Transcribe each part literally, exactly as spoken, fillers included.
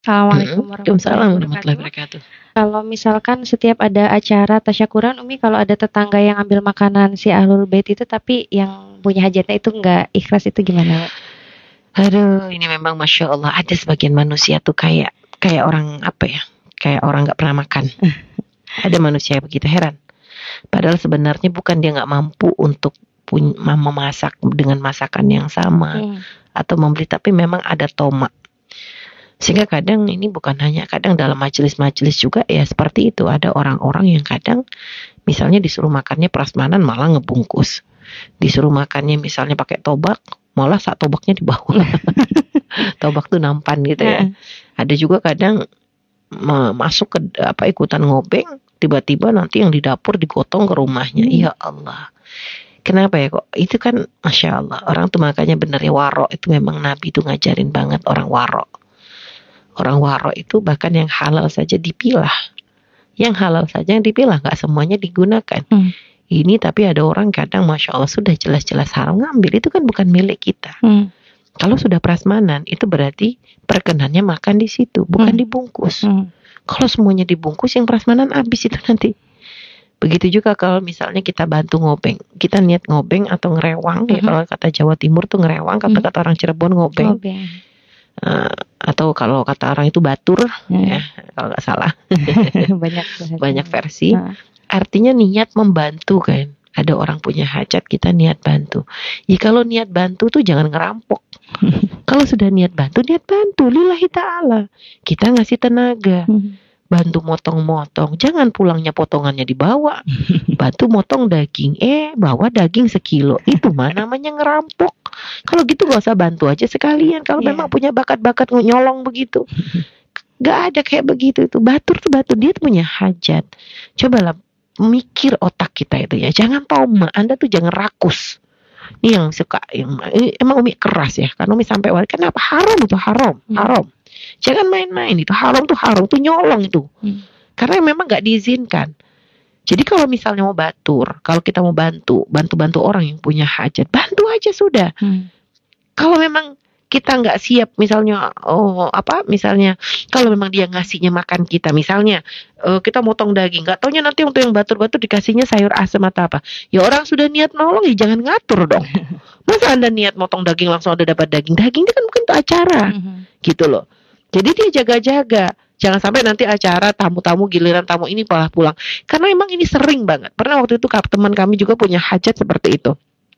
Assalamualaikum Waalaikumsalam warahmatullahi warahmatullahi wabarakatuh. wabarakatuh. Kalau misalkan setiap ada acara tasyakuran, Umi kalau ada tetangga yang ambil makanan si Ahlul Bait itu tapi yang punya hajatnya itu nggak ikhlas itu gimana? Aduh, ini memang masya Allah ada sebagian manusia tuh kayak kayak orang apa ya? Kayak orang nggak pernah makan. Ada manusia begitu, heran. Padahal sebenarnya bukan dia nggak mampu untuk punya memasak dengan masakan yang sama Hmm. atau membeli, tapi memang ada tomak. Sehingga kadang ini bukan hanya kadang dalam majelis-majelis juga ya seperti itu. Ada orang-orang yang kadang misalnya disuruh makannya prasmanan malah ngebungkus. Disuruh makannya misalnya pakai tobak, malah sak tobaknya dibawa. Tobak tuh nampan gitu ya. Ada juga kadang ma- masuk ke apa ikutan ngobeng, tiba-tiba nanti yang di dapur digotong ke rumahnya. Hmm. Ya Allah. Kenapa ya kok? Itu kan masya Allah. Orang tuh makanya bener ya waro itu memang Nabi tuh ngajarin banget orang waro. Orang waro itu bahkan yang halal saja dipilah. Yang halal saja yang dipilah, nggak semuanya digunakan. Hmm. Ini tapi ada orang kadang masya Allah sudah jelas-jelas haram ngambil, itu kan bukan milik kita. Hmm. Kalau sudah prasmanan itu berarti perkenannya makan di situ, bukan Hmm. dibungkus. Hmm. Kalau semuanya dibungkus yang prasmanan habis itu nanti. Begitu juga kalau misalnya kita bantu ngobeng, kita niat ngobeng atau ngerewang ya, Mhm. kalau kata Jawa Timur tuh ngerewang, kata-kata orang Cirebon ngobeng. Ngobeng. Uh, atau kalau kata orang itu batur Hmm. ya kalau nggak salah. Banyak bahasa. Banyak versi. Nah. Artinya niat membantu kan. Ada orang punya hajat, kita niat bantu. Ya kalau niat bantu tuh jangan ngerampok. Kalau sudah niat bantu, niat bantu lillahi ta'ala. Kita ngasih tenaga, Hmm. bantu motong-motong. Jangan pulangnya potongannya dibawa. Bantu motong daging, eh bawa daging sekilo. Itu mah namanya ngerampok. Kalau gitu gak usah bantu aja sekalian. Kalau Iya. memang punya bakat-bakat nyolong begitu, gak ada kayak begitu itu. Batur tuh batur, dia tuh punya hajat. Cobalah mikir otak kita itu ya. Jangan tahu Anda tuh jangan rakus. Ini yang suka yang, ini emang Umi keras ya. Karena Umi sampai wali, kenapa haram itu haram, Hmm. haram. Jangan main-main itu haram tuh haram tuh nyolong itu. Hmm. Karena memang gak diizinkan. Jadi kalau misalnya mau batur, kalau kita mau bantu, bantu-bantu orang yang punya hajat, bantu aja sudah. Hmm. Kalau memang kita nggak siap, misalnya, oh apa, misalnya, kalau memang dia ngasihnya makan kita, misalnya uh, kita motong daging, nggak taunya nanti untuk yang batur-batur dikasihnya sayur asam atau apa, ya orang sudah niat nolong ya jangan ngatur dong. Masa Anda niat motong daging langsung ada dapat daging, daging itu kan bukan untuk acara, Hmm. gitu loh. Jadi dia jaga-jaga. Jangan sampai nanti acara tamu-tamu giliran tamu ini malah pulang. Karena emang ini sering banget. Pernah waktu itu teman kami juga punya hajat seperti itu.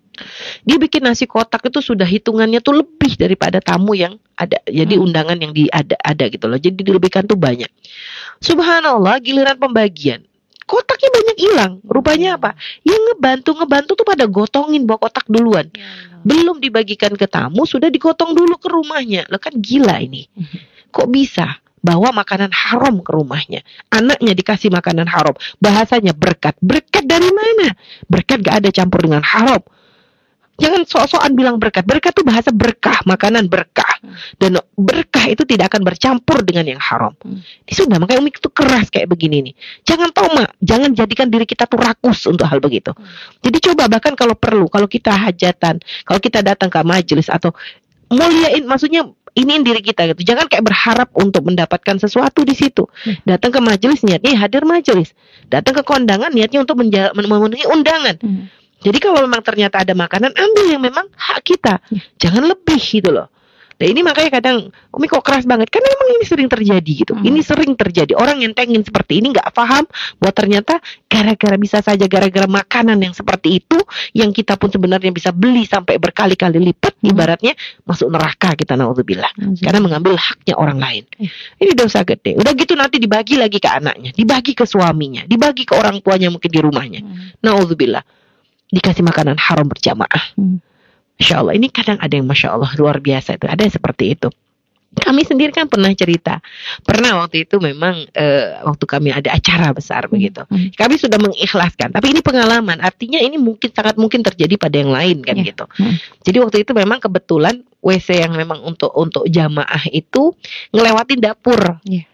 Dia bikin nasi kotak itu sudah hitungannya tuh lebih daripada tamu yang ada. Jadi Hmm. undangan yang di ada ada gitu loh. Jadi dilebihkan tuh banyak. Subhanallah, giliran pembagian kotaknya banyak hilang. Rupanya apa? Yang ngebantu ngebantu tuh pada gotongin bawa kotak duluan. Ya Allah. Belum dibagikan ke tamu sudah digotong dulu ke rumahnya. Lah kan gila ini. Kok bisa bawa makanan haram ke rumahnya? Anaknya dikasih makanan haram. Bahasanya berkat. Berkat dari mana? Berkat gak ada campur dengan haram. Jangan sok-sokan bilang berkat. Berkat itu bahasa berkah, makanan berkah. Dan berkah itu tidak akan bercampur dengan yang haram. Hmm. Ini sudah, makanya Umi itu keras kayak begini nih. Jangan tomak, jangan jadikan diri kita tuh rakus untuk hal begitu. Jadi coba bahkan kalau perlu, kalau kita hajatan, kalau kita datang ke majelis atau muliain, maksudnya iniin diri kita gitu. Jangan kayak berharap untuk mendapatkan sesuatu di situ. Datang ke majelis niatnya hadir majelis. Datang ke kondangan niatnya untuk menja- memenuhi undangan. Hmm. Jadi kalau memang ternyata ada makanan, ambil yang memang hak kita. Jangan lebih gitu loh. Nah ini makanya kadang Umi kok keras banget. Karena memang ini sering terjadi gitu. Hmm. Ini sering terjadi. Orang yang tengin seperti ini gak paham bahwa ternyata gara-gara bisa saja gara-gara makanan yang seperti itu, yang kita pun sebenarnya bisa beli sampai berkali-kali lipat, Hmm. ibaratnya masuk neraka kita, naudzubillah. Naudzubillah. Karena mengambil haknya orang lain. Eh. Ini dosa gede. Udah gitu nanti dibagi lagi ke anaknya, dibagi ke suaminya, dibagi ke orang tuanya mungkin di rumahnya. Hmm. Naudzubillah. Dikasih makanan haram berjamaah. Hmm. Masya Allah, ini kadang ada yang Masya Allah luar biasa itu. Ada yang seperti itu. Kami sendiri kan pernah cerita. Pernah waktu itu memang e, waktu kami ada acara besar begitu. Hmm. Kami sudah mengikhlaskan. Tapi ini pengalaman. Artinya ini mungkin sangat mungkin terjadi pada yang lain kan Ya. gitu. Hmm. Jadi waktu itu memang kebetulan W C yang memang untuk untuk jamaah itu ngelewatin dapur. Ya.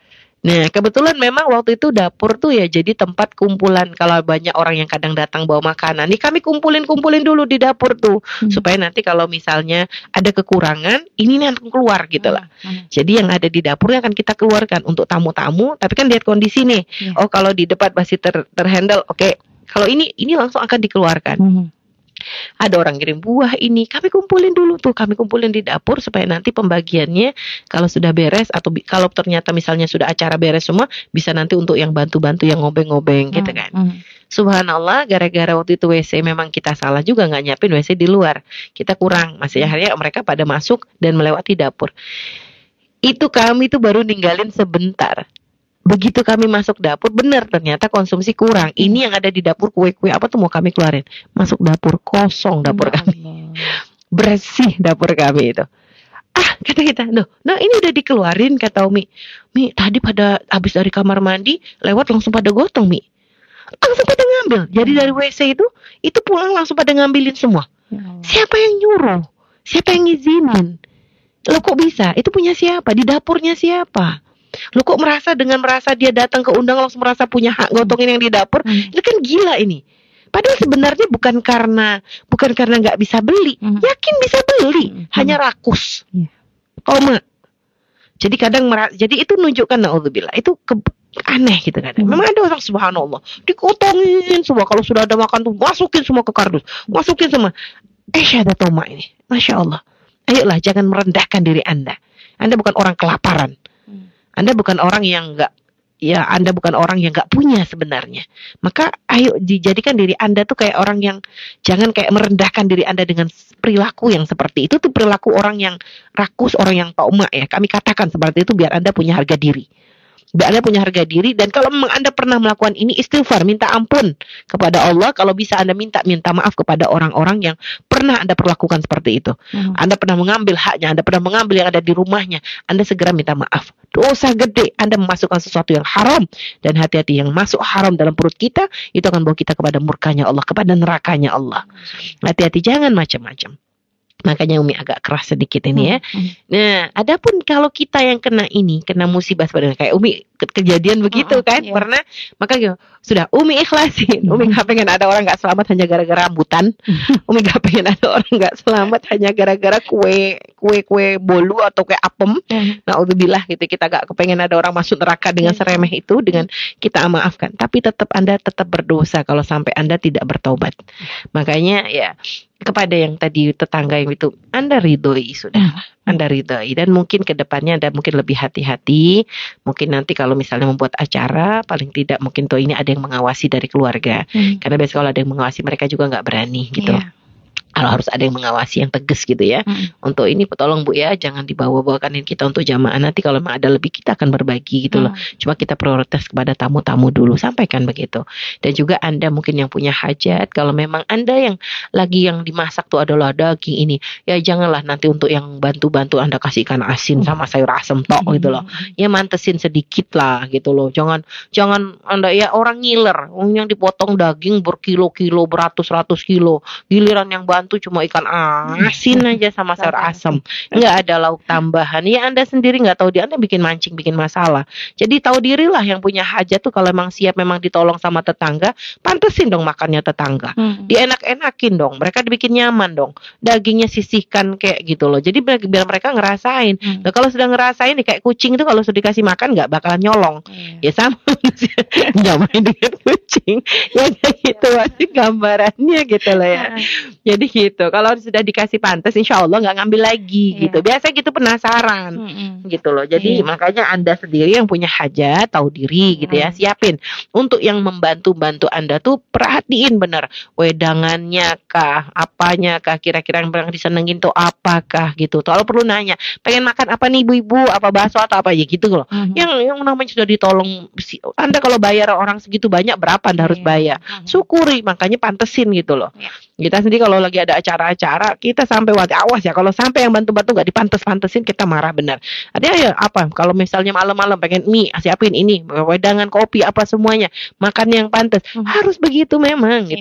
Nah, kebetulan memang waktu itu dapur tuh ya jadi tempat kumpulan kalau banyak orang yang kadang datang bawa makanan. Nih kami kumpulin-kumpulin dulu di dapur tuh Hmm. supaya nanti kalau misalnya ada kekurangan, ini nih akan keluar gitu lah. Hmm. Jadi yang ada di dapur yang akan kita keluarkan untuk tamu-tamu, tapi kan lihat kondisi nih. Ya. Oh, kalau di depan masih ter terhandle, oke. Kalau ini ini langsung akan dikeluarkan. Hmm. Ada orang kirim buah ini, kami kumpulin dulu tuh, kami kumpulin di dapur supaya nanti pembagiannya kalau sudah beres atau bi- kalau ternyata misalnya sudah acara beres semua, bisa nanti untuk yang bantu-bantu yang ngobeng-ngobeng gitu kan. Hmm. Subhanallah, gara-gara waktu itu W C memang kita salah juga nggak nyiapin W C di luar, kita kurang, masih akhirnya mereka pada masuk dan melewati dapur. Itu kami tuh baru ninggalin sebentar. Begitu kami masuk dapur, benar ternyata konsumsi kurang. Ini yang ada di dapur, kue-kue apa tuh mau kami keluarin. Masuk dapur, kosong dapur Ya kami. Allah. Bersih dapur kami itu. Ah, kata kita, loh, nah ini udah dikeluarin, kata Umi. Mi, tadi pada habis dari kamar mandi, lewat langsung pada gotong, Mi. Langsung pada ngambil. Jadi dari W C itu, itu pulang langsung pada ngambilin semua. Ya Allah. Siapa yang nyuruh? Siapa yang ngizinin? Lo kok bisa? Itu punya siapa? Di dapurnya siapa? Lo kok merasa dengan merasa dia datang ke undang langsung merasa punya hak gotongin yang di dapur? Hmm. Itu kan gila ini. Padahal sebenarnya bukan karena bukan karena nggak bisa beli, Hmm. yakin bisa beli, Hmm. hanya rakus. Iya. Koma. Jadi kadang mera- jadi itu nunjukkan naudzubillah itu ke- aneh gitu kan. Hmm. Memang ada orang subhanallah dikotongin semua kalau sudah ada makan tuh masukin semua ke kardus, masukin semua. Eh ada toma ini, masya Allah. Ayolah jangan merendahkan diri Anda. Anda bukan orang kelaparan. Hmm. Anda bukan orang yang nggak, ya Anda bukan orang yang nggak punya sebenarnya. Maka ayo dijadikan diri Anda tuh kayak orang yang jangan kayak merendahkan diri Anda dengan perilaku yang seperti itu. Tuh perilaku orang yang rakus, orang yang tauma ya. Kami katakan seperti itu biar Anda punya harga diri. Biar Anda punya harga diri dan kalau memang Anda pernah melakukan ini istighfar, minta ampun kepada Allah. Kalau bisa Anda minta minta maaf kepada orang-orang yang pernah Anda perlakukan seperti itu. Hmm. Anda pernah mengambil haknya, Anda pernah mengambil yang ada di rumahnya, Anda segera minta maaf. Dosa gede, Anda memasukkan sesuatu yang haram. Dan hati-hati yang masuk haram dalam perut kita, itu akan bawa kita kepada murkanya Allah, kepada nerakanya Allah. Hati-hati, jangan macam-macam. Makanya Umi agak keras sedikit ini ya. Hmm. Nah, adapun kalau kita yang kena ini, kena musibah sebenarnya kayak Umi ke- kejadian begitu Mm-mm, kan, iya. pernah, maka gitu, sudah Umi ikhlasin. Umi gak pengen ada orang gak selamat hanya gara-gara rambutan. Umi gak pengen ada orang gak selamat hanya gara-gara kue kue kue bolu atau kue apem. Hmm. Naudzubillah gitu, kita gak kepengen ada orang masuk neraka dengan Iya. seremeh itu, dengan kita maafkan. Tapi tetap Anda tetap berdosa kalau sampai Anda tidak bertobat. Makanya ya kepada yang tadi tetangga yang itu, Anda ridhoi sudah, Anda ridhoi dan mungkin ke depannya Anda mungkin lebih hati-hati. Mungkin nanti kalau misalnya membuat acara, paling tidak mungkin tuh ini ada yang mengawasi dari keluarga. Hmm. Karena biasanya kalau ada yang mengawasi mereka juga nggak berani gitu. Iya. Kalau harus ada yang mengawasi yang tegas gitu ya. Hmm. Untuk ini tolong Bu ya, jangan dibawa-bawakan kita untuk jamaah. Nanti kalau memang ada lebih kita akan berbagi gitu loh. Hmm. Cuma kita prioritas kepada tamu-tamu dulu, sampaikan begitu. Dan juga Anda mungkin yang punya hajat, kalau memang Anda yang lagi yang dimasak tuh adalah daging ini, ya janganlah nanti untuk yang bantu-bantu Anda kasih ikan asin sama sayur asem tok gitu loh. Ya mantesin sedikit lah gitu loh. Jangan jangan Anda ya orang ngiler, yang dipotong daging berkilo-kilo, beratus-ratus kilo. Giliran yang bantu cuma ikan asin aja sama sayur asem, nggak ada lauk tambahan. Ya Anda sendiri nggak tahu dia, Anda bikin mancing, bikin masalah. Jadi tahu dirilah yang punya hajat tuh kalau memang siap memang ditolong sama tetangga, pantesin dong makannya tetangga. Hmm. Dienak-enakin dong, mereka dibikin nyaman dong. Dagingnya sisihkan kayak gitu loh. Jadi biar biar mereka ngerasain. Hmm. Nah kalau sudah ngerasain nih kayak kucing itu kalau sudah dikasih makan nggak bakalan nyolong. Iya. Ya sama nyamain dengan kucing. Ya kayak gitu masih gambarannya gitu loh ya. Jadi gitu. Kalau sudah dikasih pantas, insya Allah nggak ngambil lagi Iya. gitu. Biasa gitu penasaran. Hmm. Gitu loh. Jadi Iya. makanya Anda sendiri yang punya hajat, tahu diri gitu ya, Hmm. siapin. Untuk yang membantu-bantu Anda tuh perhatiin benar wedangannya kah, apanya kah, kira-kira yang paling disenengin tuh apakah gitu. Kalau perlu nanya, pengen makan apa nih ibu-ibu, apa bakso atau apa ya gitu loh. Hmm. Yang yang namanya sudah ditolong, si- Anda kalau bayar orang segitu banyak berapa Anda harus Iya. bayar. Hmm. Syukuri, makanya pantesin gitu loh. Iya. Kita sendiri kalau lagi ada acara-acara, kita sampai wati awas ya, kalau sampai yang bantu-bantu nggak dipantes-pantesin, kita marah benar. Artinya ya apa, kalau misalnya malam-malam pengen mie, siapin ini, wedangan, kopi, apa semuanya, makan yang pantas, Hmm. harus begitu memang Iya. gitu loh.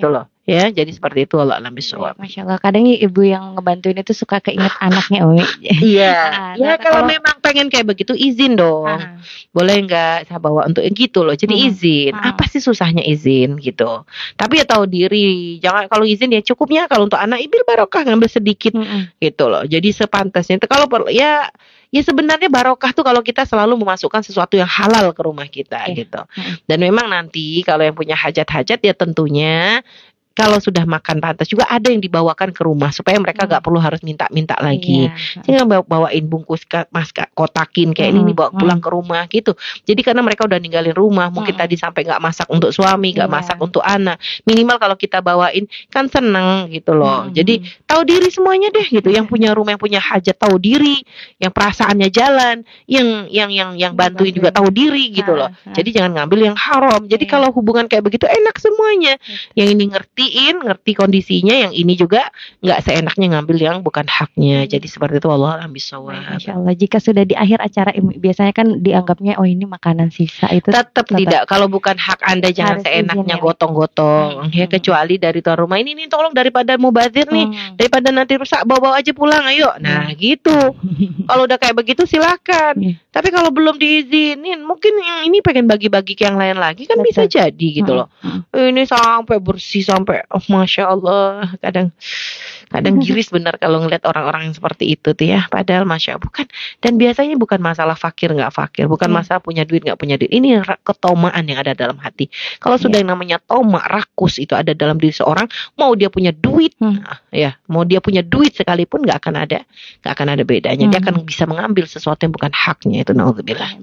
Ya, jadi seperti itu Allah alam Baik, bisawab. Masya Allah. Kadang ibu yang ngebantuin itu suka keinget anaknya, Umi. Iya, Ah, ya nah, kalau kalau memang pengen kayak begitu izin dong. ah, Boleh nggak saya bawa untuk gitu loh. Jadi hmm, izin. Apa hmm, sih susahnya izin gitu. Tapi ya tahu diri. Jangan kalau izin ya cukupnya kalau untuk anak ibil barokah ngambil sedikit hmm, hmm. gitu loh. Jadi sepantasnya itu kalau perlu ya ya sebenarnya barokah tuh kalau kita selalu memasukkan sesuatu yang halal ke rumah kita Iya. gitu. Hmm, Dan memang nanti kalau yang punya hajat-hajat ya tentunya kalau sudah makan pantas juga ada yang dibawakan ke rumah supaya mereka hmm. gak perlu harus minta-minta lagi. Iya. Hmm, Sehingga bawa- bawain bungkus ka- mas ka- kotakin kayak ini hmm, nih bawa pulang hmm, ke rumah gitu. Jadi karena mereka udah ninggalin rumah, mungkin hmm. tadi sampai gak masak untuk suami, gak masak Iya. untuk anak. Minimal kalau kita bawain kan seneng gitu loh. Hmm, Jadi hmm. tahu diri semuanya deh gitu. Yang punya rumah, yang punya hajat tahu diri, yang perasaannya jalan, yang yang yang yang bantuin juga tahu diri gitu loh. Ah, ah. Jadi jangan ngambil yang haram. Jadi Iya. kalau hubungan kayak begitu enak semuanya. Yang ini ngertiin, ngerti kondisinya, yang ini juga nggak seenaknya ngambil yang bukan haknya. Jadi seperti itu Allah alam Baik, bisawab. Masya Allah. Jika sudah di akhir acara, Umi, biasanya kan dianggapnya oh ini makanan sisa itu Tetap tetap tidak, kalau bukan hak Anda jangan harus seenaknya izin ya. gotong-gotong. Hmm, Ya hmm, kecuali dari tuan rumah ini nih tolong daripada mubazir nih, hmm. daripada nanti rusak bawa-bawa aja pulang ayo. Nah, gitu. Kalau udah kayak begitu silakan. Iya. Tapi kalau belum diizinin, mungkin yang ini pengen bagi-bagi ke yang lain lagi kan bisa Betul. jadi gitu Hmm, loh. hmm. Ini sampai bersih sampai oh, Masya Allah. Kadang kadang giris benar kalau ngeliat orang-orang yang seperti itu tuh ya. Padahal Masya Allah bukan. Dan biasanya bukan masalah fakir nggak fakir, bukan Iya. masalah punya duit nggak punya duit. Ini ra- ketomaan yang ada dalam hati. Kalau sudah Iya. yang namanya toma, rakus itu ada dalam diri seorang, mau dia punya duit, Hmm. nah, ya, mau dia punya duit sekalipun nggak akan ada, nggak akan ada bedanya. Dia Hmm. akan bisa mengambil sesuatu yang bukan haknya itu. Naudzubillah.